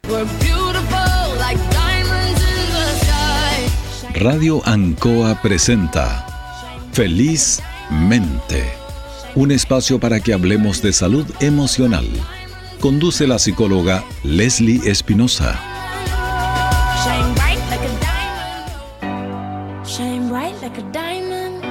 We're beautiful like diamonds in the sky. Radio Ancoa presenta Felizmente, un espacio para que hablemos de salud emocional. Conduce la psicóloga Leslie Espinosa. Shine bright like a diamond. Shine bright like a diamond.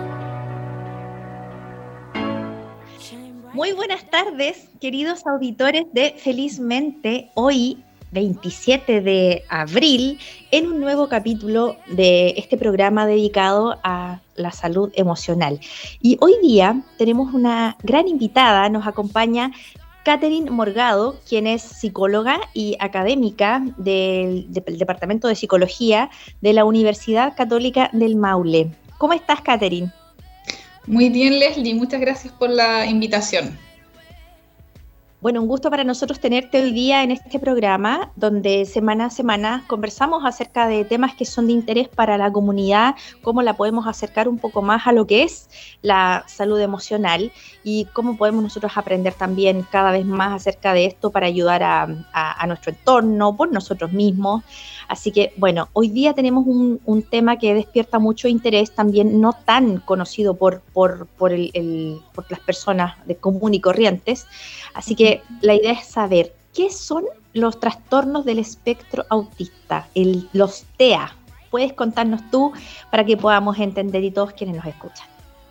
Muy buenas tardes, queridos auditores de Felizmente, hoy 27 de abril, en un nuevo capítulo de este programa dedicado a la salud emocional. Y hoy día tenemos una gran invitada, nos acompaña Catherine Morgado, quien es psicóloga y académica del Departamento de Psicología de la Universidad Católica del Maule. ¿Cómo estás, Catherine? Muy bien, Leslie, muchas gracias por la invitación. Bueno, un gusto para nosotros tenerte hoy día en este programa, donde semana a semana conversamos acerca de temas que son de interés para la comunidad, cómo la podemos acercar un poco más a lo que es la salud emocional y cómo podemos nosotros aprender también cada vez más acerca de esto para ayudar a nuestro entorno, por nosotros mismos. Así que, bueno, hoy día tenemos un tema que despierta mucho interés, también no tan conocido por las personas de común y corrientes. Así que la idea es saber qué son los trastornos del espectro autista, los TEA. ¿Puedes contarnos tú para que podamos entender y todos quienes nos escuchan?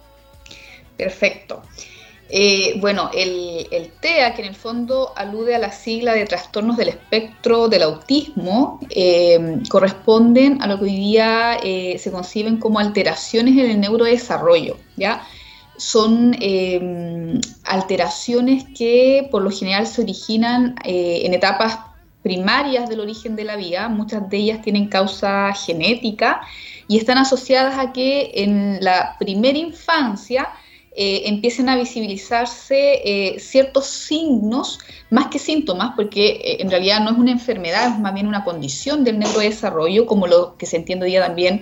Perfecto. Bueno, el TEA, que en el fondo alude a la sigla de trastornos del espectro del autismo, corresponden a lo que hoy día se conciben como alteraciones en el neurodesarrollo, ¿ya? Son alteraciones que por lo general se originan en etapas primarias del origen de la vida. Muchas de ellas tienen causa genética y están asociadas a que en la primera infancia empiecen a visibilizarse ciertos signos, más que síntomas, porque en realidad no es una enfermedad, es más bien una condición del neurodesarrollo, como lo que se entiende hoy día también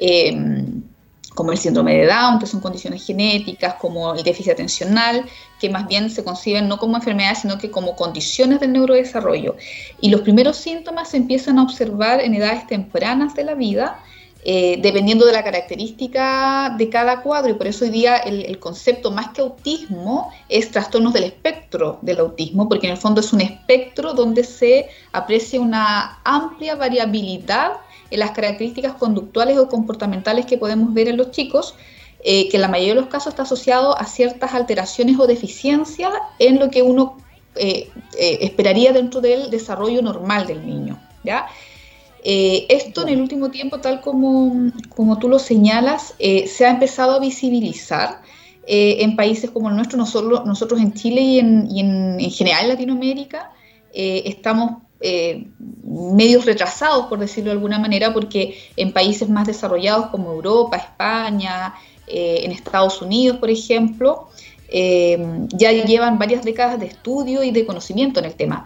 como el síndrome de Down, que son condiciones genéticas, como el déficit atencional, que más bien se conciben no como enfermedades, sino que como condiciones del neurodesarrollo. Y los primeros síntomas se empiezan a observar en edades tempranas de la vida, dependiendo de la característica de cada cuadro, y por eso hoy día el concepto más que autismo es trastornos del espectro del autismo, porque en el fondo es un espectro donde se aprecia una amplia variabilidad en las características conductuales o comportamentales que podemos ver en los chicos, que en la mayoría de los casos está asociado a ciertas alteraciones o deficiencias en lo que uno esperaría dentro del desarrollo normal del niño, ¿ya? Esto en el último tiempo, tal como tú lo señalas, se ha empezado a visibilizar en países como el nuestro. Nosotros en Chile y en general en Latinoamérica estamos medios retrasados, por decirlo de alguna manera, porque en países más desarrollados como Europa, España, en Estados Unidos, por ejemplo, ya llevan varias décadas de estudio y de conocimiento en el tema.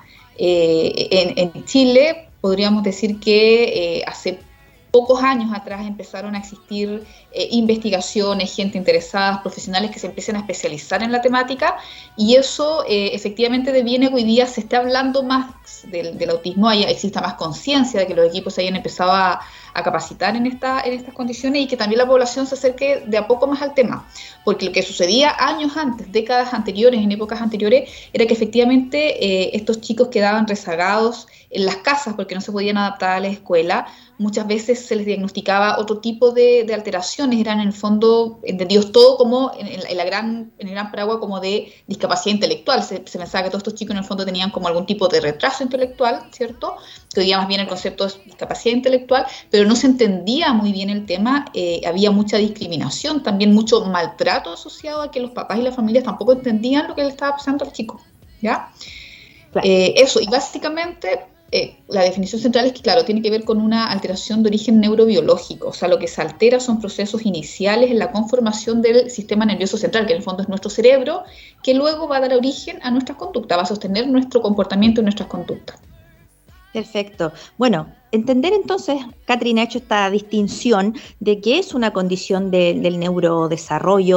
En Chile podríamos decir que hace pocos años atrás empezaron a existir investigaciones, gente interesada, profesionales que se empiezan a especializar en la temática, y eso efectivamente deviene que hoy día se está hablando más del autismo, exista más conciencia de que los equipos se hayan empezado a capacitar en estas condiciones, y que también la población se acerque de a poco más al tema, porque lo que sucedía años antes, décadas anteriores, en épocas anteriores, era que efectivamente estos chicos quedaban rezagados en las casas porque no se podían adaptar a la escuela. Muchas veces se les diagnosticaba otro tipo de alteraciones, eran en el fondo entendidos todo como en el gran paraguas como de discapacidad intelectual. Se pensaba que todos estos chicos en el fondo tenían como algún tipo de retraso intelectual, ¿cierto? Que hoy día más bien el concepto es discapacidad intelectual, pero no se entendía muy bien el tema, había mucha discriminación, también mucho maltrato asociado a que los papás y las familias tampoco entendían lo que le estaba pasando al chico, ¿ya? Claro. Eso, y básicamente la definición central es que, claro, tiene que ver con una alteración de origen neurobiológico, o sea, lo que se altera son procesos iniciales en la conformación del sistema nervioso central, que en el fondo es nuestro cerebro, que luego va a dar origen a nuestras conductas, va a sostener nuestro comportamiento y nuestras conductas. Perfecto. Bueno, entender entonces, Catherine ha hecho esta distinción de qué es una condición del neurodesarrollo,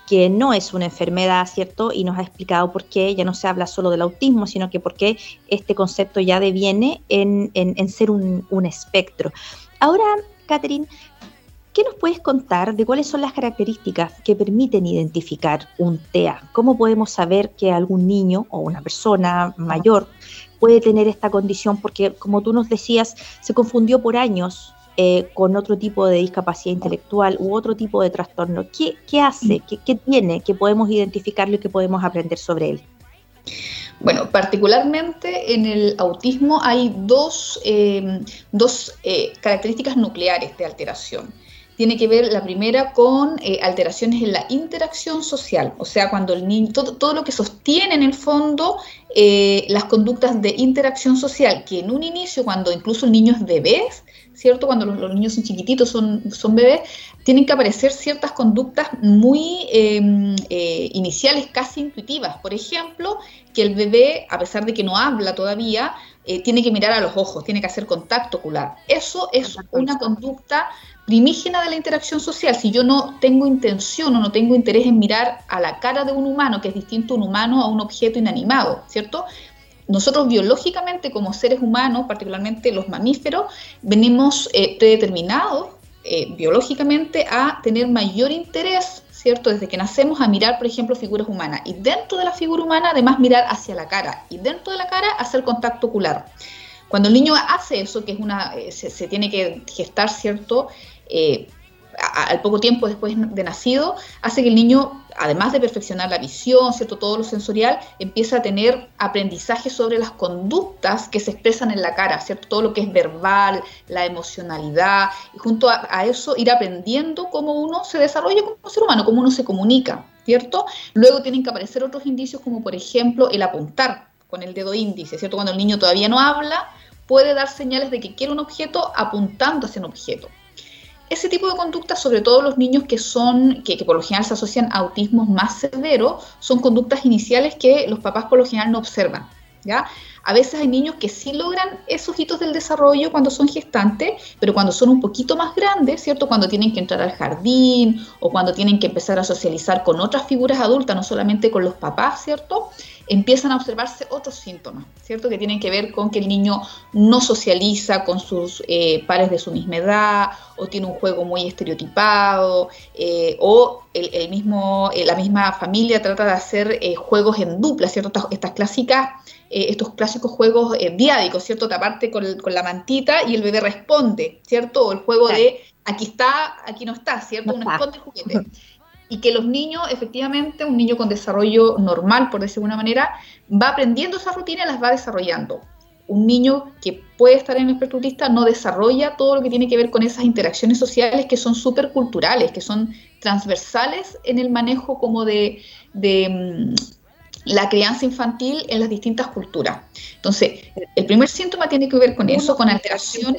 que no es una enfermedad, ¿cierto? Y nos ha explicado por qué ya no se habla solo del autismo, sino que por qué este concepto ya deviene en ser un espectro. Ahora, Catherine, ¿qué nos puedes contar de cuáles son las características que permiten identificar un TEA? ¿Cómo podemos saber que algún niño o una persona mayor puede tener esta condición? Porque, como tú nos decías, se confundió por años con otro tipo de discapacidad intelectual u otro tipo de trastorno. ¿Qué hace? ¿Qué tiene? Que podemos identificarlo y que podemos aprender sobre él. Bueno, particularmente en el autismo hay dos características nucleares de alteración. Tiene que ver la primera con alteraciones en la interacción social, o sea, cuando el niño, todo lo que sostiene en el fondo las conductas de interacción social, que en un inicio, cuando incluso el niño es bebé, ¿cierto? Cuando los niños son chiquititos, son bebés, tienen que aparecer ciertas conductas muy iniciales, casi intuitivas. Por ejemplo, que el bebé, a pesar de que no habla todavía, tiene que mirar a los ojos, tiene que hacer contacto ocular. Eso es una conducta primígena de la interacción social. Si yo no tengo intención o no tengo interés en mirar a la cara de un humano, que es distinto un humano a un objeto inanimado, ¿cierto? Nosotros biológicamente como seres humanos, particularmente los mamíferos, venimos predeterminados biológicamente a tener mayor interés, ¿cierto? Desde que nacemos a mirar, por ejemplo, figuras humanas. Y dentro de la figura humana, además, mirar hacia la cara. Y dentro de la cara, hacer contacto ocular. Cuando el niño hace eso, que es se tiene que gestar, ¿cierto? Al poco tiempo después de nacido, hace que el niño, además de perfeccionar la visión, ¿cierto? Todo lo sensorial, empieza a tener aprendizaje sobre las conductas que se expresan en la cara, ¿cierto? Todo lo que es verbal, la emocionalidad, y junto a eso ir aprendiendo cómo uno se desarrolla como ser humano, cómo uno se comunica, ¿cierto? Luego tienen que aparecer otros indicios como, por ejemplo, el apuntar con el dedo índice, ¿cierto? Cuando el niño todavía no habla, puede dar señales de que quiere un objeto apuntando hacia un objeto. Ese tipo de conductas, sobre todo los niños que por lo general se asocian a autismos más severos, son conductas iniciales que los papás por lo general no observan, ¿ya? A veces hay niños que sí logran esos hitos del desarrollo cuando son gestantes, pero cuando son un poquito más grandes, ¿cierto? Cuando tienen que entrar al jardín o cuando tienen que empezar a socializar con otras figuras adultas, no solamente con los papás, ¿cierto? Empiezan a observarse otros síntomas, ¿cierto? Que tienen que ver con que el niño no socializa con sus pares de su misma edad, o tiene un juego muy estereotipado, o la misma familia trata de hacer juegos en dupla, ¿cierto? Estos clásicos juegos diádicos, ¿cierto? Taparte con la mantita y el bebé responde, ¿cierto? O el juego de aquí está, aquí no está, ¿cierto? Uno esconde el juguete. Y que los niños, efectivamente, un niño con desarrollo normal, por decirlo de alguna manera, va aprendiendo esa rutina y las va desarrollando. Un niño que puede estar en el espectro autista no desarrolla todo lo que tiene que ver con esas interacciones sociales que son súper culturales, que son transversales en el manejo como de la crianza infantil en las distintas culturas. Entonces, el primer síntoma tiene que ver con eso, con alteración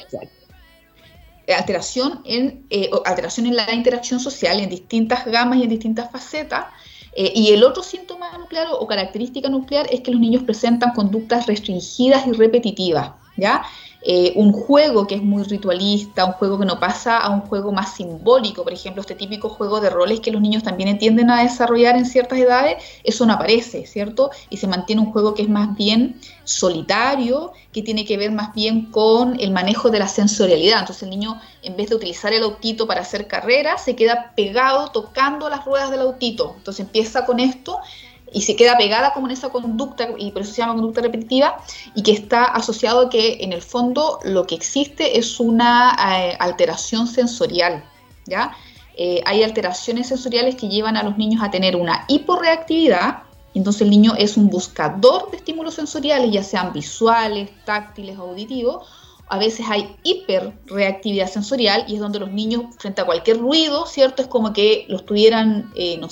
en la interacción social en distintas gamas y en distintas facetas. Y el otro síntoma nuclear o característica nuclear es que los niños presentan conductas restringidas y repetitivas, ¿ya? Un juego que es muy ritualista, un juego que no pasa a un juego más simbólico, por ejemplo, este típico juego de roles que los niños también tienden a desarrollar en ciertas edades, eso no aparece, ¿cierto? Y se mantiene un juego que es más bien solitario, que tiene que ver más bien con el manejo de la sensorialidad. Entonces el niño, en vez de utilizar el autito para hacer carreras, se queda pegado tocando las ruedas del autito. Entonces empieza con esto y se queda pegada como en esa conducta, y por eso se llama conducta repetitiva, y que está asociado a que en el fondo lo que existe es una alteración sensorial, ¿ya? Hay alteraciones sensoriales que llevan a los niños a tener una hiporreactividad, entonces el niño es un buscador de estímulos sensoriales, ya sean visuales, táctiles o auditivos. A veces hay hiperreactividad sensorial, y es donde los niños, frente a cualquier ruido, ¿cierto? Es como que lo estuvieran,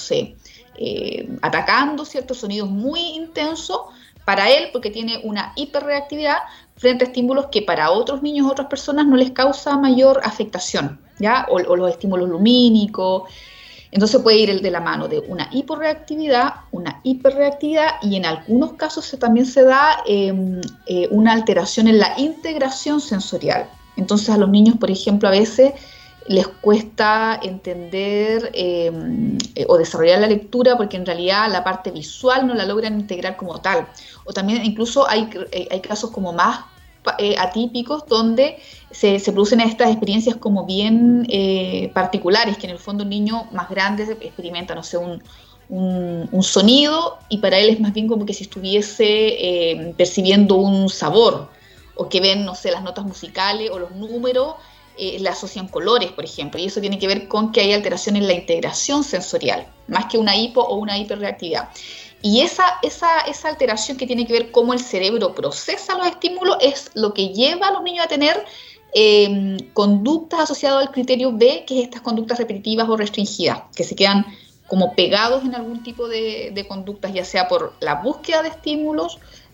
atacando ciertos sonidos muy intensos para él, porque tiene una hiperreactividad frente a estímulos que para otros niños o otras personas no les causa mayor afectación, ¿ya? O los estímulos lumínicos. Entonces puede ir el de la mano de una hiporreactividad, una hiperreactividad, y en algunos casos también se da una alteración en la integración sensorial. Entonces a los niños, por ejemplo, a veces les cuesta entender o desarrollar la lectura porque en realidad la parte visual no la logran integrar como tal. O también incluso hay casos como más atípicos donde se producen estas experiencias como bien particulares, que en el fondo un niño más grande experimenta, no sé, un sonido y para él es más bien como que si estuviese percibiendo un sabor, o que ven, no sé, las notas musicales o los números, le asocian colores, por ejemplo, y eso tiene que ver con que hay alteración en la integración sensorial, más que una hipo o una hiperreactividad. Y esa alteración que tiene que ver cómo el cerebro procesa los estímulos es lo que lleva a los niños a tener conductas asociadas al criterio B, que es estas conductas repetitivas o restringidas, que se quedan como pegados en algún tipo de conductas, ya sea por la búsqueda de estímulos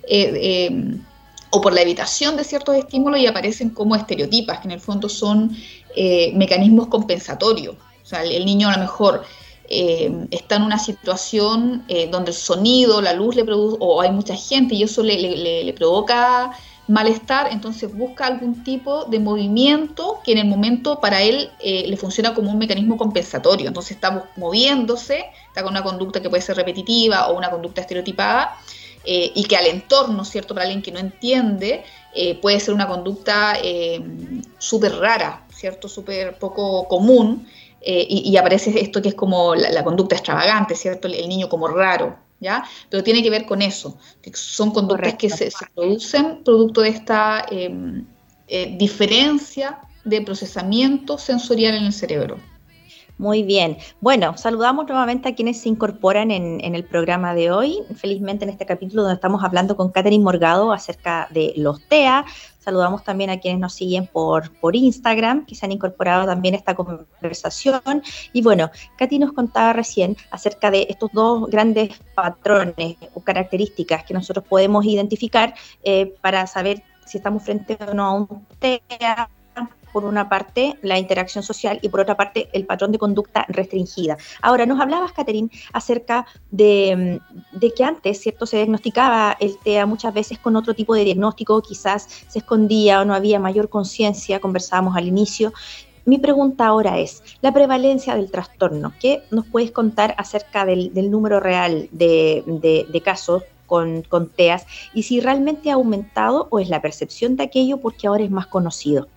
o por la evitación de ciertos estímulos, y aparecen como estereotipas, que en el fondo son mecanismos compensatorios. O sea, el niño a lo mejor está en una situación donde el sonido, la luz le produce, o hay mucha gente y eso le provoca malestar, entonces busca algún tipo de movimiento que en el momento para él le funciona como un mecanismo compensatorio. Entonces está moviéndose, está con una conducta que puede ser repetitiva o una conducta estereotipada, y que al entorno, ¿cierto?, para alguien que no entiende, puede ser una conducta súper rara, ¿cierto?, súper poco común, y aparece esto que es como la conducta extravagante, ¿cierto?, el niño como raro, ¿ya? Pero tiene que ver con eso, que son conductas que se producen producto de esta diferencia de procesamiento sensorial en el cerebro. Muy bien. Bueno, saludamos nuevamente a quienes se incorporan en el programa de hoy. Felizmente en este capítulo donde estamos hablando con Catherine Morgado acerca de los TEA. Saludamos también a quienes nos siguen por Instagram, que se han incorporado también a esta conversación. Y bueno, Katy nos contaba recién acerca de estos dos grandes patrones o características que nosotros podemos identificar para saber si estamos frente o no a un TEA. Por una parte, la interacción social y por otra parte, el patrón de conducta restringida. Ahora, nos hablabas, Catherine, acerca de que antes, ¿cierto?, se diagnosticaba el TEA muchas veces con otro tipo de diagnóstico, quizás se escondía o no había mayor conciencia, conversábamos al inicio. Mi pregunta ahora es, la prevalencia del trastorno, ¿qué nos puedes contar acerca del número real de casos con TEAs y si realmente ha aumentado o es la percepción de aquello porque ahora es más conocido?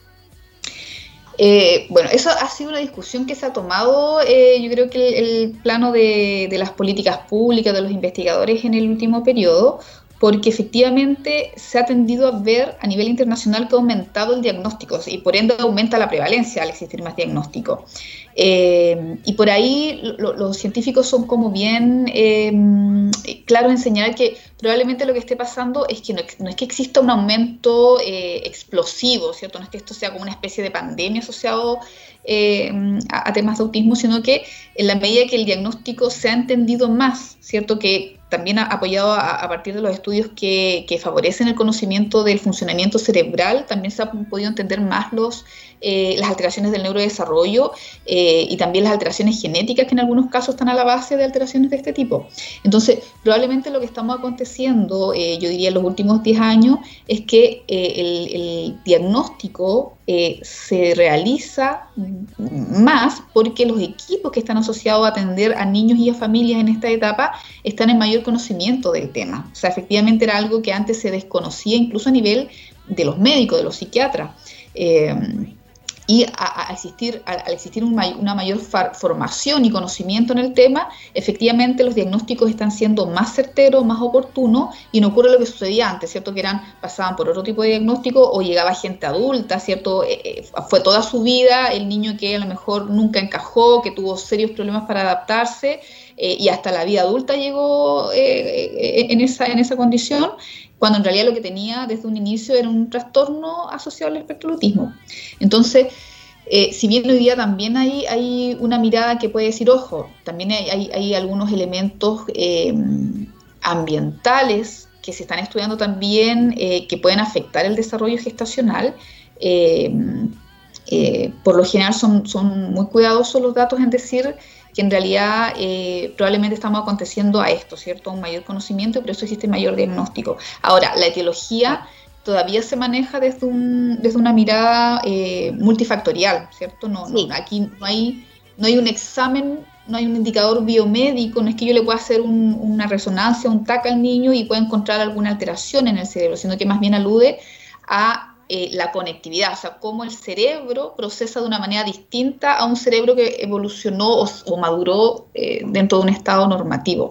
Bueno, eso ha sido una discusión que se ha tomado, yo creo que el plano de las políticas públicas, de los investigadores en el último periodo, porque efectivamente se ha tendido a ver a nivel internacional que ha aumentado el diagnóstico y por ende aumenta la prevalencia al existir más diagnóstico. Y por ahí los científicos son como bien claros en señalar que probablemente lo que esté pasando es que no es que exista un aumento explosivo, ¿cierto? No es que esto sea como una especie de pandemia asociado a temas de autismo, sino que en la medida que el diagnóstico se ha entendido más, ¿cierto?, que también apoyado a partir de los estudios que favorecen el conocimiento del funcionamiento cerebral, también se han podido entender más las alteraciones del neurodesarrollo y también las alteraciones genéticas que en algunos casos están a la base de alteraciones de este tipo. Entonces, probablemente lo que estamos aconteciendo, yo diría en los últimos 10 años, es que el diagnóstico se realiza más porque los equipos que están asociados a atender a niños y a familias en esta etapa están en mayor conocimiento del tema. O sea, efectivamente era algo que antes se desconocía incluso a nivel de los médicos, de los psiquiatras. Y al existir una mayor formación y conocimiento en el tema, efectivamente los diagnósticos están siendo más certeros, más oportunos, y no ocurre lo que sucedía antes, ¿cierto? Que pasaban por otro tipo de diagnóstico o llegaba gente adulta, ¿cierto? Fue toda su vida el niño que a lo mejor nunca encajó, que tuvo serios problemas para adaptarse, y hasta la vida adulta llegó en esa condición, cuando en realidad lo que tenía desde un inicio era un trastorno asociado al espectro del autismo. Entonces, si bien hoy día también hay una mirada que puede decir, ojo, también hay algunos elementos ambientales que se están estudiando también que pueden afectar el desarrollo gestacional. Por lo general son muy cuidadosos los datos en decir que en realidad probablemente estamos aconteciendo a esto, ¿cierto? Un mayor conocimiento y por eso existe mayor diagnóstico. Ahora, la etiología todavía se maneja desde una mirada multifactorial, ¿cierto? Aquí no hay un examen, no hay un indicador biomédico, no es que yo le pueda hacer una resonancia, un TAC al niño y pueda encontrar alguna alteración en el cerebro, sino que más bien alude a la conectividad, o sea, cómo el cerebro procesa de una manera distinta a un cerebro que evolucionó o maduró dentro de un estado normativo.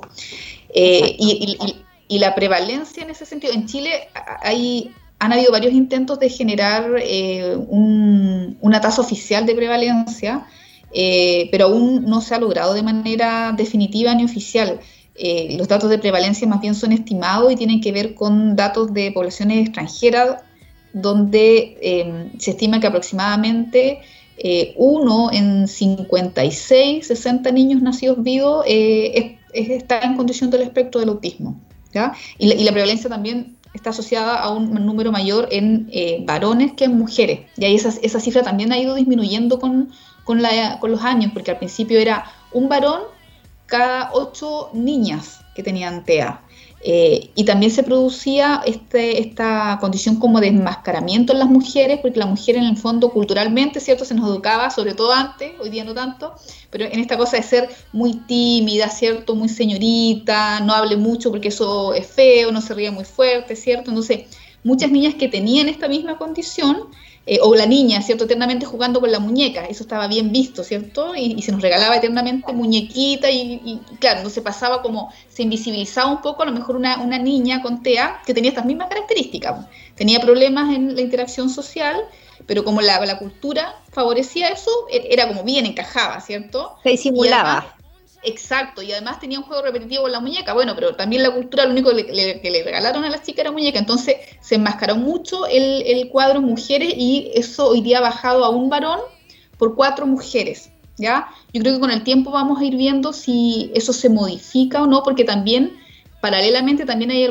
Y la prevalencia en ese sentido, en Chile han habido varios intentos de generar una tasa oficial de prevalencia, pero aún no se ha logrado de manera definitiva ni oficial. Los datos de prevalencia más bien son estimados y tienen que ver con datos de poblaciones extranjeras, donde se estima que aproximadamente 1 en 56, 60 niños nacidos vivos está en condición del espectro del autismo, ¿ya? Y la prevalencia también está asociada a un número mayor en varones que en mujeres. Y ahí esa cifra también ha ido disminuyendo con los años, porque al principio era un varón cada 8 niñas que tenían TEA. Y también se producía esta condición como de enmascaramiento en las mujeres, porque la mujer en el fondo culturalmente, ¿cierto?, se nos educaba, sobre todo antes, hoy día no tanto, pero en esta cosa de ser muy tímida, ¿cierto?, muy señorita, no hable mucho porque eso es feo, no se ría muy fuerte, ¿cierto? Entonces, muchas niñas que tenían esta misma condición, o la niña, ¿cierto?, eternamente jugando con la muñeca, eso estaba bien visto, ¿cierto?, y se nos regalaba eternamente muñequita, y claro, entonces pasaba como, se invisibilizaba un poco a lo mejor una niña con TEA que tenía estas mismas características, tenía problemas en la interacción social, pero como la cultura favorecía eso, era como bien encajaba, ¿cierto? Se disimulaba. Exacto, y además tenía un juego repetitivo con la muñeca. Bueno, pero también la cultura, lo único que le regalaron a las chicas era muñeca, entonces se enmascaró mucho el cuadro mujeres, y eso hoy día ha bajado a un varón por 4 mujeres, ¿ya? Yo creo que con el tiempo vamos a ir viendo si eso se modifica o no, porque también, paralelamente, también hay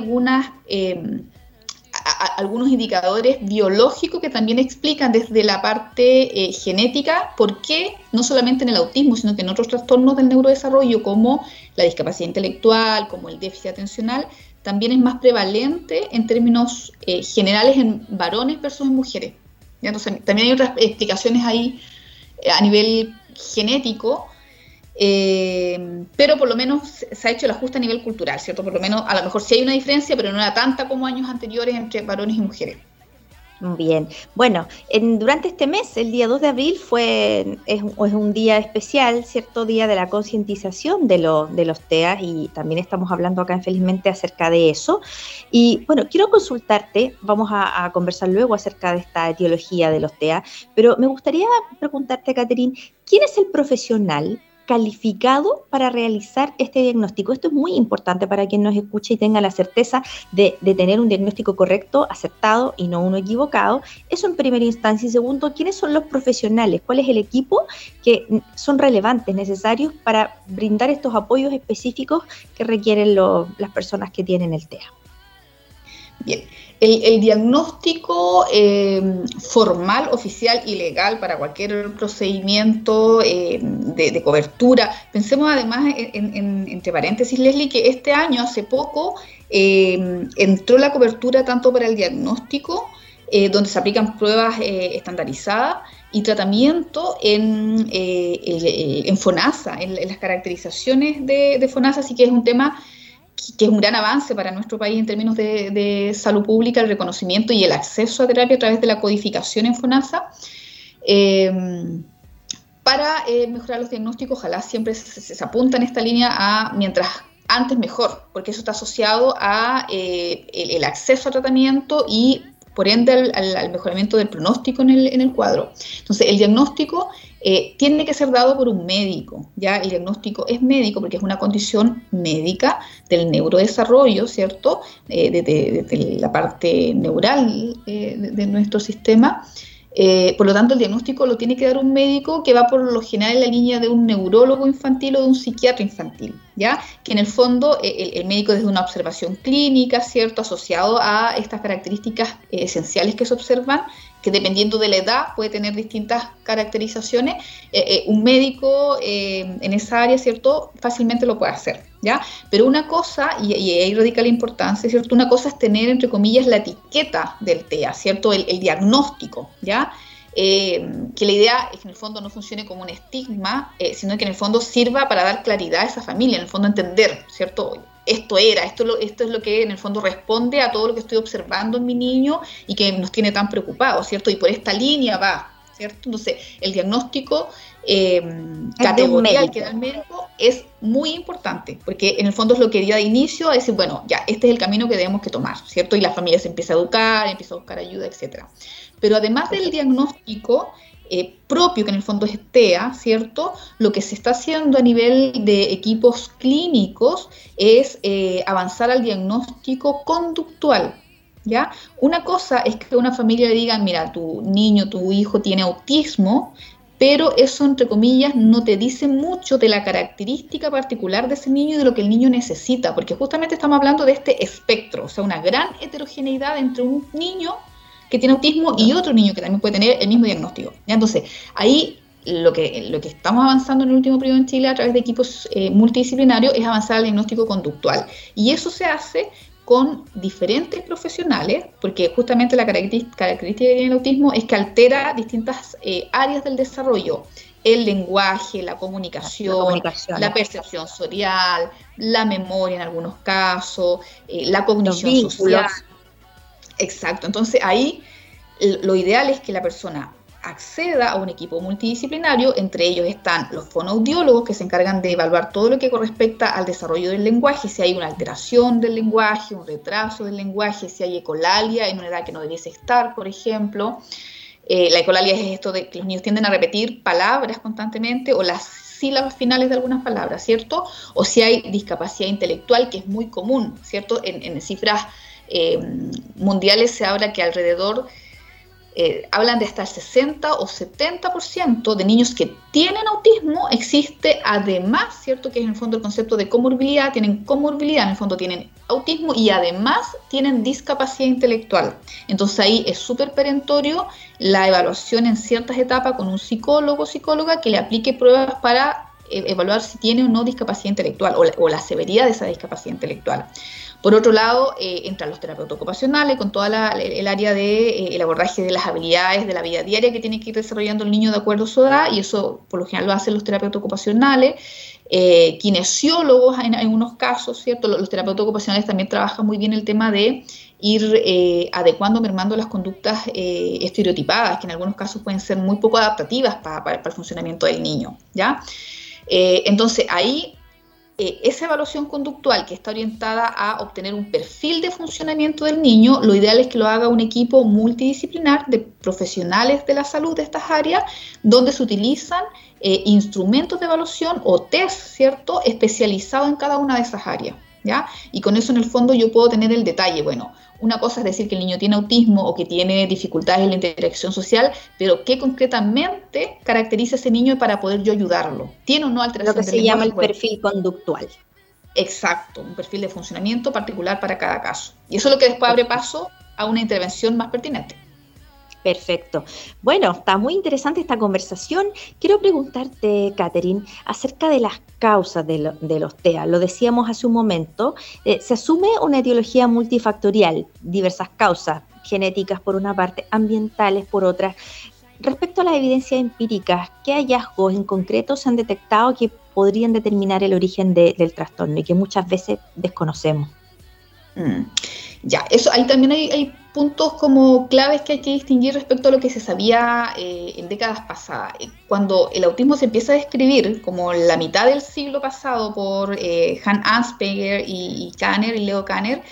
algunos indicadores biológicos que también explican desde la parte genética por qué, no solamente en el autismo, sino que en otros trastornos del neurodesarrollo, como la discapacidad intelectual, como el déficit atencional, también es más prevalente en términos generales en varones versus en mujeres. ¿Ya? Entonces, también hay otras explicaciones ahí a nivel genético, pero por lo menos se ha hecho el ajuste a nivel cultural, ¿cierto? Por lo menos, a lo mejor sí hay una diferencia, pero no era tanta como años anteriores entre varones y mujeres. Bien, bueno, durante este mes, el día 2 de abril, es un día especial, ¿cierto? Día de la concientización de los TEA, y también estamos hablando acá en Felizmente acerca de eso. Y bueno, quiero consultarte, vamos a conversar luego acerca de esta etiología de los TEA, pero me gustaría preguntarte, Catherine, ¿quién es el profesional calificado para realizar este diagnóstico? Esto es muy importante para quien nos escuche y tenga la certeza de tener un diagnóstico correcto, acertado y no uno equivocado. Eso en primera instancia. Y segundo, ¿quiénes son los profesionales? ¿Cuál es el equipo que son relevantes, necesarios para brindar estos apoyos específicos que requieren las personas que tienen el TEA? Bien, el diagnóstico formal, oficial y legal para cualquier procedimiento de cobertura. Pensemos además, entre paréntesis, Leslie, que este año, hace poco, entró la cobertura tanto para el diagnóstico, donde se aplican pruebas estandarizadas, y tratamiento en FONASA, en las caracterizaciones de FONASA, así que es un tema que es un gran avance para nuestro país en términos de salud pública, el reconocimiento y el acceso a terapia a través de la codificación en FONASA, para mejorar los diagnósticos. Ojalá siempre se apunta en esta línea a mientras antes mejor, porque eso está asociado a el acceso a tratamiento y por ende al mejoramiento del pronóstico en el cuadro. Entonces, el diagnóstico tiene que ser dado por un médico, ¿ya? El diagnóstico es médico porque es una condición médica del neurodesarrollo, ¿cierto? De la parte neural de nuestro sistema. Por lo tanto, el diagnóstico lo tiene que dar un médico que va por lo general en la línea de un neurólogo infantil o de un psiquiatra infantil, ¿ya? Que en el fondo el médico, desde una observación clínica, ¿cierto?, asociado a estas características esenciales que se observan, que dependiendo de la edad puede tener distintas caracterizaciones, un médico en esa área, ¿cierto?, fácilmente lo puede hacer. ¿ya? Pero una cosa, y ahí radica la importancia, ¿cierto? Una cosa es tener, entre comillas, la etiqueta del TEA, ¿cierto? El diagnóstico, ¿ya? Que la idea es que en el fondo no funcione como un estigma, sino que en el fondo sirva para dar claridad a esa familia, en el fondo entender, ¿cierto? Esto es lo que en el fondo responde a todo lo que estoy observando en mi niño y que nos tiene tan preocupados, ¿cierto? Y por esta línea va, ¿cierto? Entonces, el diagnóstico categorial que da el médico es muy importante, porque en el fondo es lo que da inicio a decir, bueno, ya, este es el camino que debemos que tomar, ¿cierto? Y la familia se empieza a educar, empieza a buscar ayuda, etcétera. Pero además del diagnóstico propio, que en el fondo es TEA, ¿cierto? Lo que se está haciendo a nivel de equipos clínicos es avanzar al diagnóstico conductual, ¿ya? Una cosa es que una familia le diga, mira, tu niño, tu hijo tiene autismo, pero eso, entre comillas, no te dice mucho de la característica particular de ese niño y de lo que el niño necesita, porque justamente estamos hablando de este espectro, o sea, una gran heterogeneidad entre un niño que tiene autismo y otro niño que también puede tener el mismo diagnóstico, ¿ya? Entonces, ahí lo que estamos avanzando en el último periodo en Chile a través de equipos multidisciplinarios es avanzar al diagnóstico conductual, y eso se hace con diferentes profesionales, porque justamente la característica que tiene el autismo es que altera distintas áreas del desarrollo, el lenguaje, la comunicación, la percepción sensorial, la memoria en algunos casos, la cognición social. Exacto, entonces ahí lo ideal es que la persona acceda a un equipo multidisciplinario, entre ellos están los fonoaudiólogos que se encargan de evaluar todo lo que corresponde al desarrollo del lenguaje, si hay una alteración del lenguaje, un retraso del lenguaje, si hay ecolalia en una edad que no debiese estar, por ejemplo. La ecolalia es esto de que los niños tienden a repetir palabras constantemente o las sílabas finales de algunas palabras, ¿cierto? O si hay discapacidad intelectual, que es muy común, ¿cierto? En cifras mundiales se habla que alrededor hablan de hasta el 60 o 70% de niños que tienen autismo. Existe además, ¿cierto? Que es en el fondo el concepto de comorbilidad, tienen comorbilidad, en el fondo tienen autismo y además tienen discapacidad intelectual. Entonces ahí es súper perentorio la evaluación en ciertas etapas con un psicólogo o psicóloga que le aplique pruebas para evaluar si tiene o no discapacidad intelectual o la severidad de esa discapacidad intelectual. Por otro lado, entran los terapeutas ocupacionales con toda el área de el abordaje de las habilidades de la vida diaria que tiene que ir desarrollando el niño de acuerdo a su edad, y eso por lo general lo hacen los terapeutas ocupacionales, kinesiólogos en algunos casos, ¿cierto? Los terapeutas ocupacionales también trabajan muy bien el tema de ir adecuando, mermando las conductas estereotipadas, que en algunos casos pueden ser muy poco adaptativas para el funcionamiento del niño, ¿ya? Entonces ahí esa evaluación conductual que está orientada a obtener un perfil de funcionamiento del niño, lo ideal es que lo haga un equipo multidisciplinar de profesionales de la salud de estas áreas, donde se utilizan instrumentos de evaluación o test, ¿cierto?, especializados en cada una de esas áreas, ¿ya? Y con eso en el fondo yo puedo tener el detalle, bueno, una cosa es decir que el niño tiene autismo o que tiene dificultades en la interacción social, pero ¿qué concretamente caracteriza a ese niño para poder yo ayudarlo? ¿Tiene o no alteración del lenguaje? Lo que se llama el perfil conductual. Exacto, un perfil de funcionamiento particular para cada caso. Y eso es lo que después abre paso a una intervención más pertinente. Perfecto. Bueno, está muy interesante esta conversación. Quiero preguntarte, Catherine, acerca de las causas de los TEA. Lo decíamos hace un momento, se asume una etiología multifactorial, diversas causas, genéticas por una parte, ambientales por otra. Respecto a las evidencias empíricas, ¿qué hallazgos en concreto se han detectado que podrían determinar el origen del trastorno y que muchas veces desconocemos? Ya, eso ahí también hay puntos como claves que hay que distinguir respecto a lo que se sabía en décadas pasadas. Cuando el autismo se empieza a describir como la mitad del siglo pasado por Hans Asperger y Leo Kanner,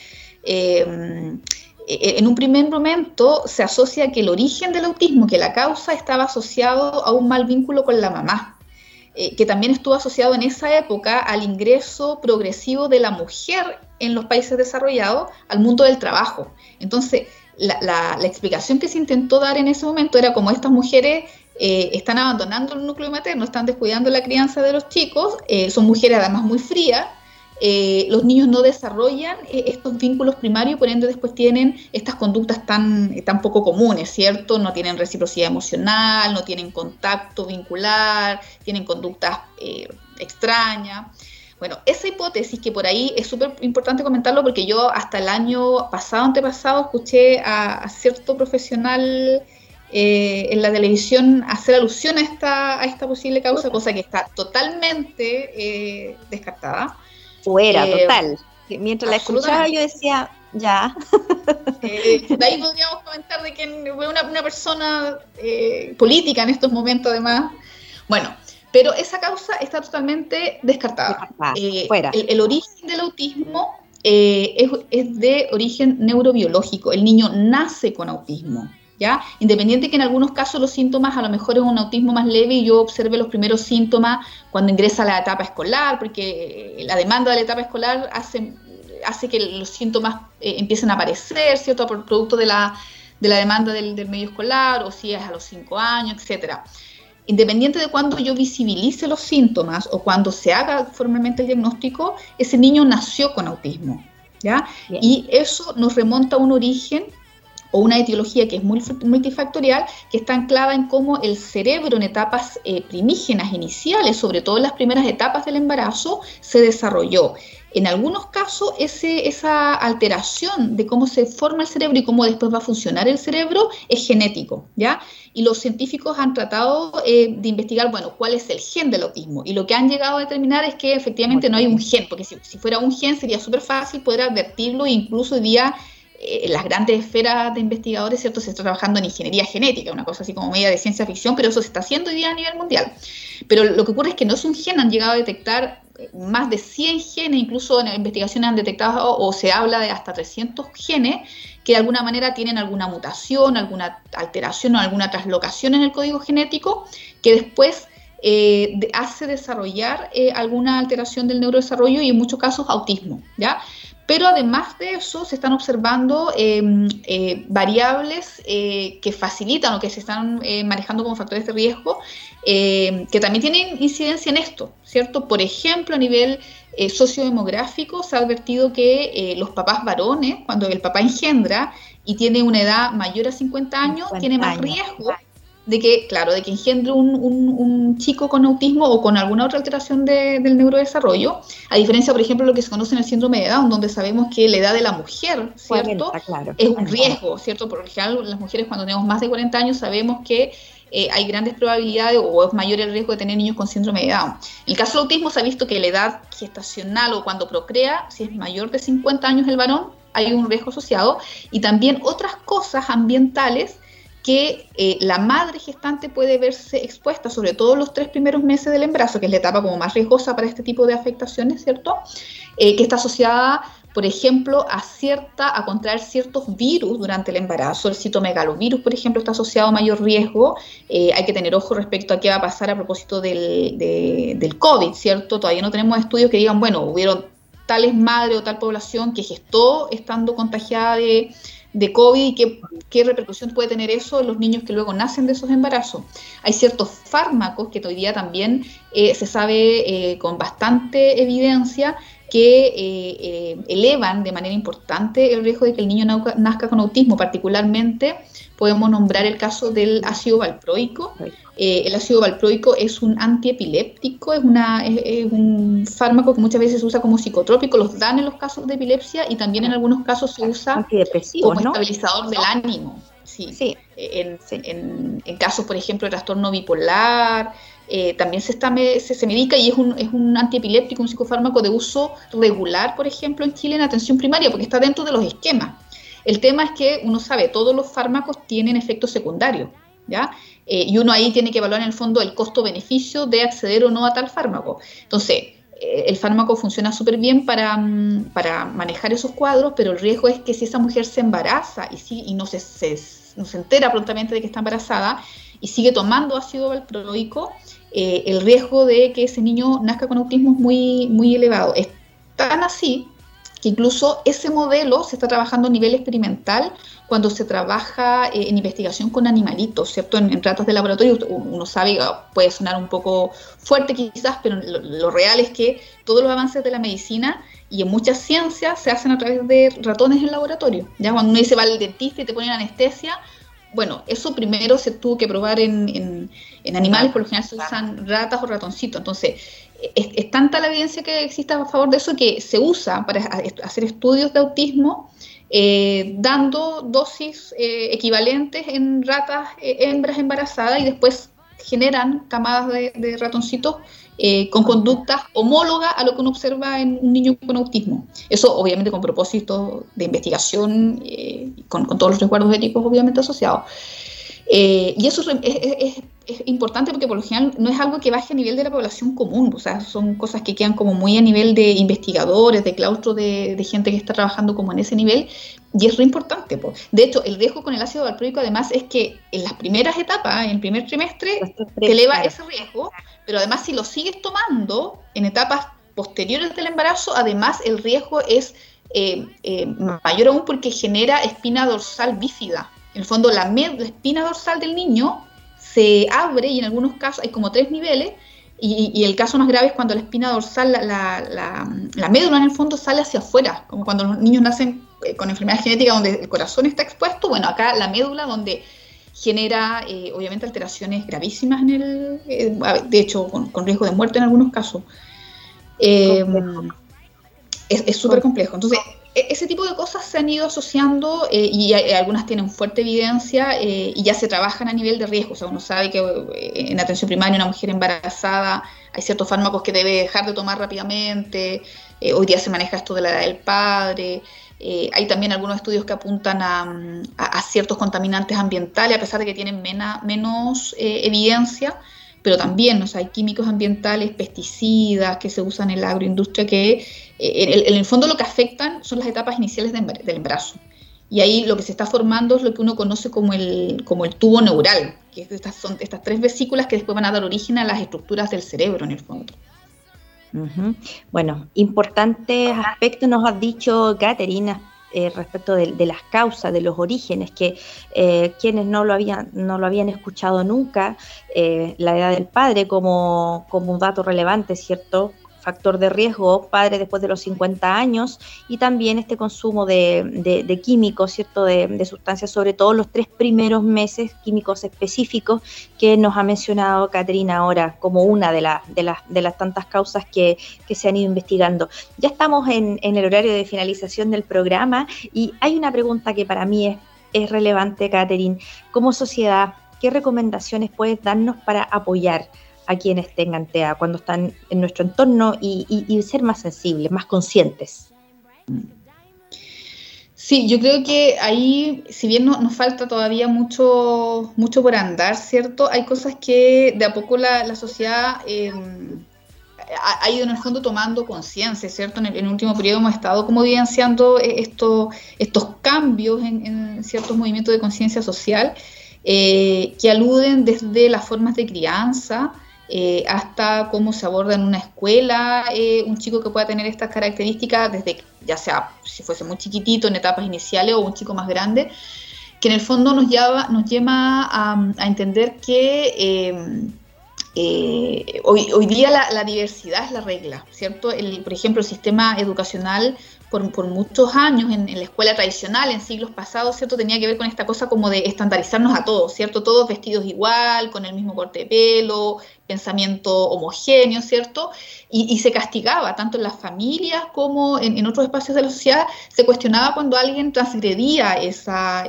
en un primer momento se asocia que el origen del autismo, que la causa estaba asociado a un mal vínculo con la mamá, que también estuvo asociado en esa época al ingreso progresivo de la mujer en los países desarrollados al mundo del trabajo. Entonces, la explicación que se intentó dar en ese momento era como estas mujeres están abandonando el núcleo materno, están descuidando la crianza de los chicos, son mujeres además muy frías, los niños no desarrollan estos vínculos primarios, por ende después tienen estas conductas tan poco comunes, ¿cierto? No tienen reciprocidad emocional, no tienen contacto vincular, tienen conductas extrañas. Bueno, esa hipótesis, que por ahí es súper importante comentarlo, porque yo hasta el año pasado, antepasado, escuché a cierto profesional en la televisión hacer alusión a esta posible causa, cosa que está totalmente descartada. Fuera, total. Mientras la escuchaba yo decía, ya. De ahí podríamos comentar de que una persona política en estos momentos, además. Bueno, pero esa causa está totalmente descartada. Fuera. El origen del autismo es de origen neurobiológico. El niño nace con autismo, ¿ya? Independiente que en algunos casos los síntomas a lo mejor es un autismo más leve y yo observe los primeros síntomas cuando ingresa a la etapa escolar, porque la demanda de la etapa escolar hace que los síntomas empiecen a aparecer, ¿cierto? Por producto de la demanda del medio escolar, o si es a los 5 años, etcétera. Independiente de cuando yo visibilice los síntomas o cuando se haga formalmente el diagnóstico, ese niño nació con autismo, ¿ya? Bien. Y eso nos remonta a un origen o una etiología que es multifactorial, que está anclada en cómo el cerebro en etapas primígenas iniciales, sobre todo en las primeras etapas del embarazo, se desarrolló. En algunos casos, esa alteración de cómo se forma el cerebro y cómo después va a funcionar el cerebro es genético, ¿ya? Y los científicos han tratado de investigar, bueno, cuál es el gen del autismo. Y lo que han llegado a determinar es que efectivamente no hay un gen, porque si fuera un gen sería súper fácil poder advertirlo, e incluso hoy día en las grandes esferas de investigadores, ¿cierto? Se está trabajando en ingeniería genética, una cosa así como media de ciencia ficción, pero eso se está haciendo hoy día a nivel mundial. Pero lo que ocurre es que no es un gen, han llegado a detectar más de 100 genes, incluso en investigaciones han detectado o se habla de hasta 300 genes que de alguna manera tienen alguna mutación, alguna alteración o alguna traslocación en el código genético que después hace desarrollar alguna alteración del neurodesarrollo y en muchos casos autismo, ¿ya? Pero además de eso se están observando variables que facilitan o que se están manejando como factores de riesgo que también tienen incidencia en esto, ¿cierto? Por ejemplo, a nivel sociodemográfico se ha advertido que los papás varones, cuando el papá engendra y tiene una edad mayor a 50 años, tiene más riesgo de que engendre un chico con autismo o con alguna otra alteración del neurodesarrollo, a diferencia, por ejemplo, de lo que se conoce en el síndrome de Down, donde sabemos que la edad de la mujer, ¿cierto? Es un riesgo, ¿cierto? Por lo general, las mujeres cuando tenemos más de 40 años sabemos que hay grandes probabilidades o es mayor el riesgo de tener niños con síndrome de Down. En el caso del autismo se ha visto que la edad gestacional o cuando procrea, si es mayor de 50 años el varón, hay un riesgo asociado, y también otras cosas ambientales que la madre gestante puede verse expuesta, sobre todo los 3 primeros meses del embarazo, que es la etapa como más riesgosa para este tipo de afectaciones, ¿cierto? Que está asociada, por ejemplo, a contraer ciertos virus durante el embarazo. El citomegalovirus, por ejemplo, está asociado a mayor riesgo. Hay que tener ojo respecto a qué va a pasar a propósito del COVID, ¿cierto? Todavía no tenemos estudios que digan, bueno, hubieron tales madres o tal población que gestó estando contagiada de COVID y qué repercusión puede tener eso en los niños que luego nacen de esos embarazos. Hay ciertos fármacos que hoy día también se sabe con bastante evidencia que elevan de manera importante el riesgo de que el niño nazca con autismo. Particularmente podemos nombrar el caso del ácido valproico. El ácido valproico es un antiepiléptico, es un fármaco que muchas veces se usa como psicotrópico, los dan en los casos de epilepsia y también en algunos casos se usa como estabilizador del ánimo. Sí. En casos, por ejemplo, de trastorno bipolar, también se medica y es un antiepiléptico, un psicofármaco de uso regular, por ejemplo, en Chile en atención primaria, porque está dentro de los esquemas. El tema es que uno sabe, todos los fármacos tienen efectos secundarios, ¿ya? Y uno ahí tiene que evaluar en el fondo el costo-beneficio de acceder o no a tal fármaco. Entonces, el fármaco funciona súper bien para manejar esos cuadros, pero el riesgo es que si esa mujer se embaraza y no se entera prontamente de que está embarazada y sigue tomando ácido valproico, el riesgo de que ese niño nazca con autismo es muy, muy elevado. Es tan así que incluso ese modelo se está trabajando a nivel experimental cuando se trabaja en investigación con animalitos, ¿cierto? En ratas de laboratorio. Uno sabe, puede sonar un poco fuerte quizás, pero lo real es que todos los avances de la medicina y en muchas ciencias se hacen a través de ratones en laboratorio. Ya cuando uno dice va al dentista y te ponen anestesia, bueno, eso primero se tuvo que probar en animales, por lo general se usan ratas o ratoncitos. Entonces, es tanta la evidencia que existe a favor de eso que se usa para hacer estudios de autismo, dando dosis equivalentes en ratas, hembras embarazadas, y después generan camadas de ratoncitos con conductas homólogas a lo que uno observa en un niño con autismo. Eso obviamente con propósito de investigación, con todos los resguardos éticos obviamente asociados. Y eso es importante porque por lo general no es algo que baje a nivel de la población común, o sea, son cosas que quedan como muy a nivel de investigadores, de claustro, de gente que está trabajando como en ese nivel, y es re importante. De hecho, el riesgo con el ácido valproico además es que en las primeras etapas, en el primer trimestre, te eleva ese riesgo, pero además si lo sigues tomando en etapas posteriores del embarazo, además el riesgo es mayor aún porque genera espina dorsal bífida. En el fondo, la espina dorsal del niño se abre, y en algunos casos hay como 3 niveles, y el caso más grave es cuando la espina dorsal, la médula en el fondo sale hacia afuera, como cuando los niños nacen con enfermedad genética donde el corazón está expuesto. Bueno, acá la médula donde genera obviamente alteraciones gravísimas de hecho con riesgo de muerte en algunos casos. Es súper complejo. Entonces, ese tipo de cosas se han ido asociando y algunas tienen fuerte evidencia y ya se trabajan a nivel de riesgo. O sea, uno sabe que en atención primaria una mujer embarazada hay ciertos fármacos que debe dejar de tomar rápidamente. Hoy día se maneja esto de la edad del padre. Hay también algunos estudios que apuntan a ciertos contaminantes ambientales, a pesar de que tienen menos evidencia. Pero también, o sea, hay químicos ambientales, pesticidas que se usan en la agroindustria que en el fondo lo que afectan son las etapas iniciales del embarazo. Y ahí lo que se está formando es lo que uno conoce como el tubo neural, que son estas 3 vesículas que después van a dar origen a las estructuras del cerebro en el fondo. Uh-huh. Bueno, importantes aspectos nos has dicho, Catherine, respecto de las causas, de los orígenes, que quienes no lo habían escuchado nunca, la edad del padre como un dato relevante, ¿cierto? Factor de riesgo, padre después de los 50 años, y también este consumo de químicos, ¿cierto? De sustancias, sobre todo los 3 primeros meses, químicos específicos que nos ha mencionado Catherine ahora como una de las tantas causas que se han ido investigando. Ya estamos en el horario de finalización del programa y hay una pregunta que para mí es relevante, Catherine. Como sociedad, ¿qué recomendaciones puedes darnos para apoyar a quienes tengan TEA cuando están en nuestro entorno y ser más sensibles, más conscientes? Sí, yo creo que ahí, si bien nos falta todavía mucho por andar, ¿cierto? Hay cosas que de a poco la sociedad ha ido en el fondo tomando conciencia, ¿cierto? En el último periodo hemos estado como evidenciando estos cambios en ciertos movimientos de conciencia social que aluden desde las formas de crianza, hasta cómo se aborda en una escuela un chico que pueda tener estas características, desde ya sea si fuese muy chiquitito en etapas iniciales o un chico más grande, que en el fondo nos lleva a entender que hoy día la diversidad es la regla, ¿cierto? Por ejemplo, el sistema educacional por muchos años en la escuela tradicional, en siglos pasados, ¿cierto? Tenía que ver con esta cosa como de estandarizarnos a todos, ¿cierto? Todos vestidos igual, con el mismo corte de pelo, pensamiento homogéneo, ¿cierto? Y se castigaba, tanto en las familias como en otros espacios de la sociedad, se cuestionaba cuando alguien transgredía esa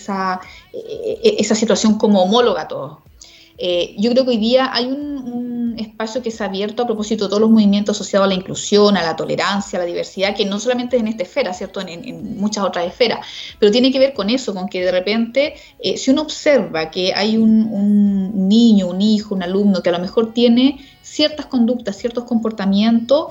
situación como homóloga a todos. Yo creo que hoy día hay un espacio que se ha abierto a propósito de todos los movimientos asociados a la inclusión, a la tolerancia, a la diversidad, que no solamente es en esta esfera, ¿cierto? En muchas otras esferas, pero tiene que ver con eso, con que de repente, si uno observa que hay un niño, un hijo, un alumno que a lo mejor tiene ciertas conductas, ciertos comportamientos,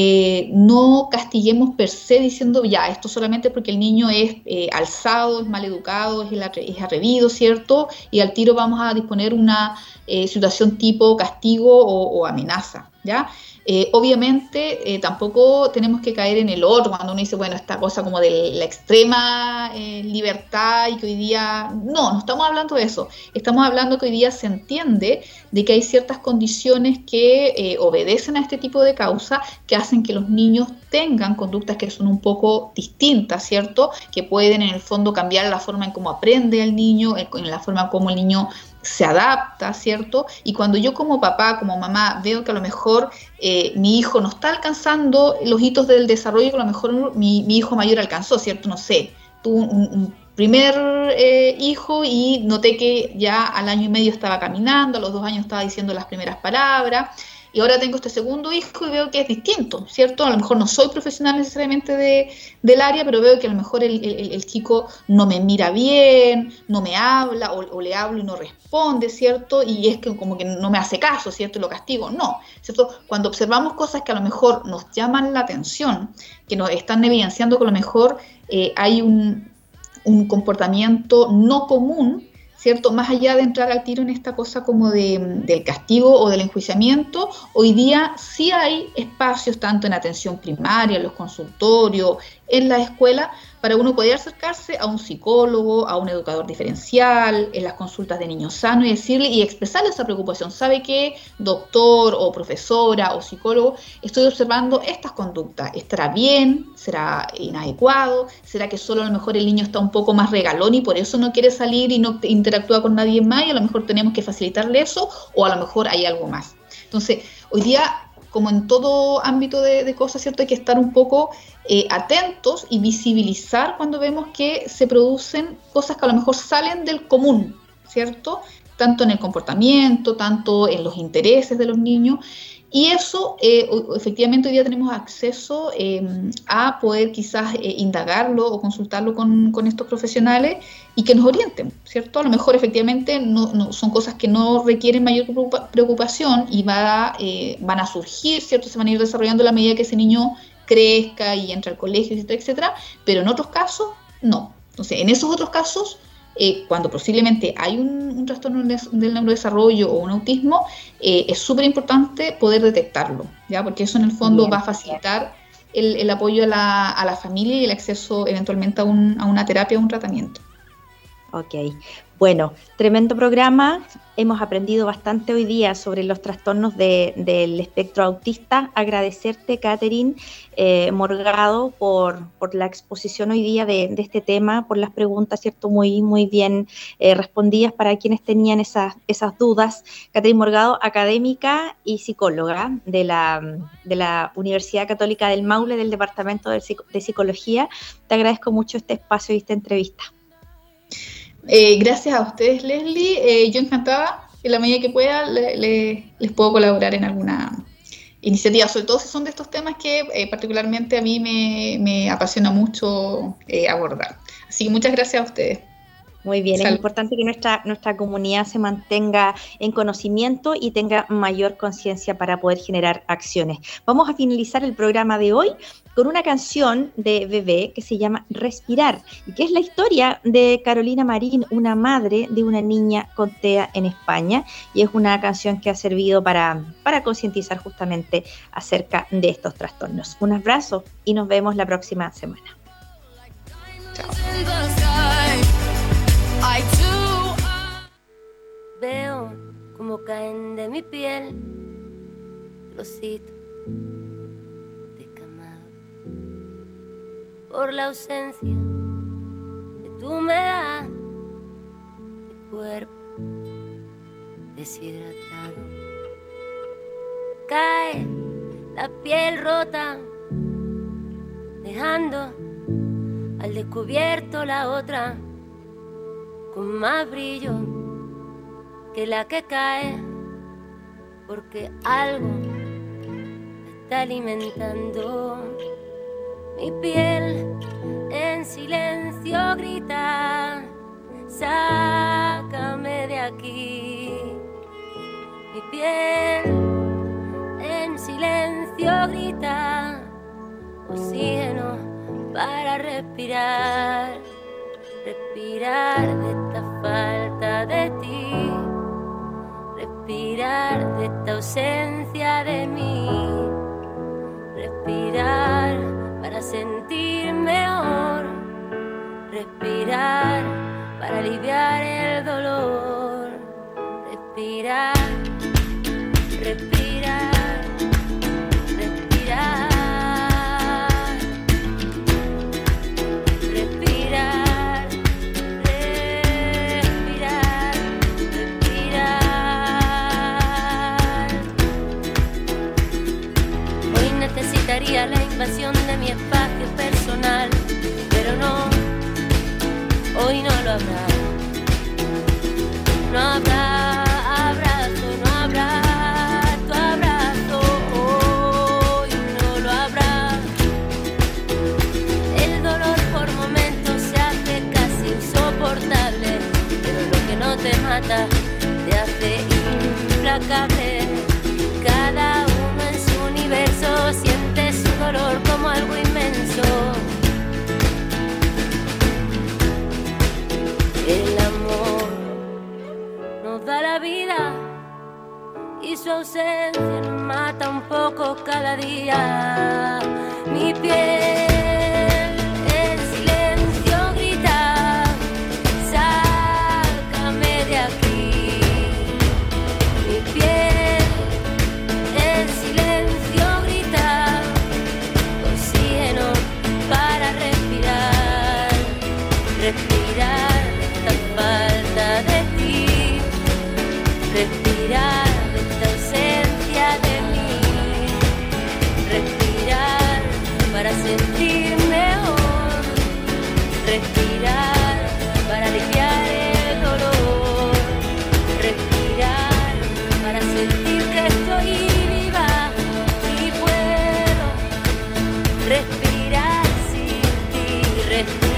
no castiguemos per se diciendo, ya, esto solamente porque el niño es alzado, es mal educado, es atrevido, ¿cierto? Y al tiro vamos a disponer una situación tipo castigo o amenaza, ¿ya? Obviamente tampoco tenemos que caer en el otro cuando uno dice, bueno, esta cosa como de la extrema libertad y que hoy día, no estamos hablando de eso, estamos hablando que hoy día se entiende de que hay ciertas condiciones que obedecen a este tipo de causa que hacen que los niños tengan conductas que son un poco distintas, ¿cierto? Que pueden en el fondo cambiar la forma en cómo aprende el niño, en la forma en cómo el niño se adapta, ¿cierto? Y cuando yo como papá, como mamá, veo que a lo mejor mejor mi hijo no está alcanzando los hitos del desarrollo que a lo mejor mi hijo mayor alcanzó, ¿cierto? No sé, tuvo un primer hijo y noté que ya al año y medio estaba caminando, a los 2 años estaba diciendo las primeras palabras, y ahora tengo este segundo hijo y veo que es distinto, ¿cierto? A lo mejor no soy profesional necesariamente del área, pero veo que a lo mejor el chico no me mira bien, no me habla, o le hablo y no responde, ¿cierto? Y es que como que no me hace caso, ¿cierto? Y lo castigo, no, ¿cierto? Cuando observamos cosas que a lo mejor nos llaman la atención, que nos están evidenciando que a lo mejor hay un comportamiento no común, ¿cierto? Más allá de entrar al tiro en esta cosa como del castigo o del enjuiciamiento, hoy día sí hay espacios tanto en atención primaria, en los consultorios, en la escuela, para uno poder acercarse a un psicólogo, a un educador diferencial, en las consultas de niños sanos y decirle y expresarle esa preocupación. ¿Sabe qué, doctor o profesora o psicólogo? Estoy observando estas conductas. ¿Estará bien? ¿Será inadecuado? ¿Será que solo a lo mejor el niño está un poco más regalón y por eso no quiere salir y no interactúa con nadie más y a lo mejor tenemos que facilitarle eso, o a lo mejor hay algo más? Entonces, hoy día, como en todo ámbito de cosas, ¿cierto? Hay que estar un poco atentos y visibilizar cuando vemos que se producen cosas que a lo mejor salen del común, ¿cierto? Tanto en el comportamiento, tanto en los intereses de los niños. Y eso, efectivamente, hoy día tenemos acceso a poder quizás indagarlo o consultarlo con estos profesionales y que nos orienten, ¿cierto? A lo mejor, efectivamente, no son cosas que no requieren mayor preocupación y van a surgir, ¿cierto? Se van a ir desarrollando a la medida que ese niño crezca y entra al colegio, etcétera, pero en otros casos, no. Entonces, en esos otros casos, cuando posiblemente hay un trastorno del neurodesarrollo o un autismo, es súper importante poder detectarlo, ¿ya? Porque eso en el fondo va a facilitar el apoyo a la familia y el acceso eventualmente a una terapia o un tratamiento. Ok, bueno, tremendo programa. Hemos aprendido bastante hoy día sobre los trastornos del espectro autista. Agradecerte, Catherine Morgado, por la exposición hoy día de este tema, por las preguntas, ¿cierto? Muy, muy bien respondidas para quienes tenían esas dudas. Catherine Morgado, académica y psicóloga de la Universidad Católica del Maule, del Departamento de Psicología. Te agradezco mucho este espacio y esta entrevista. Gracias a ustedes, Leslie. Yo encantada, en la medida que pueda, les puedo colaborar en alguna iniciativa, sobre todo si son de estos temas que particularmente a mí me apasiona mucho abordar. Así que muchas gracias a ustedes. Muy bien, es importante que nuestra comunidad se mantenga en conocimiento y tenga mayor conciencia para poder generar acciones. Vamos a finalizar el programa de hoy con una canción de Bebé que se llama Respirar, y que es la historia de Carolina Marín, una madre de una niña con TEA en España, y es una canción que ha servido para concientizar justamente acerca de estos trastornos. Un abrazo y nos vemos la próxima semana. Chao. Veo como caen de mi piel trocitos descamados por la ausencia de tu humedad, mi cuerpo deshidratado. Cae la piel rota, dejando al descubierto la otra con más brillo que la que cae, porque algo está alimentando. Mi piel en silencio grita, sácame de aquí. Mi piel en silencio grita, oxígeno para respirar. Respirar de esta falta de ti, respirar de esta ausencia de mí, respirar para sentir mejor, respirar para aliviar el dolor, respirar, respirar, respirar. habrá abrazo, no habrá tu abrazo, hoy no lo habrá. El dolor por momentos se hace casi insoportable, pero lo que no te mata te hace implacable. Cada uno en su universo siente su dolor como algo inmenso. El amor nos da la vida y su ausencia nos mata un poco cada día. Mi piel en silencio grita, sácame de aquí. Mi piel en silencio grita, oxígeno para respirar, respirar. Falta de ti, respirar esta ausencia de mí, respirar para sentir mejor, respirar para aliviar el dolor, respirar para sentir que estoy viva y puedo respirar sin ti, respirar.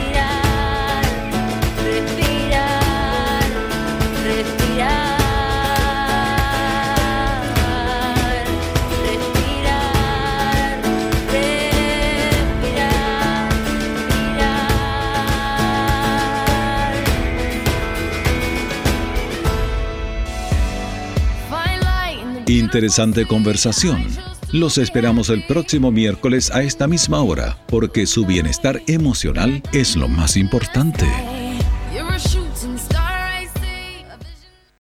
Interesante conversación. Los esperamos el próximo miércoles a esta misma hora, porque su bienestar emocional es lo más importante.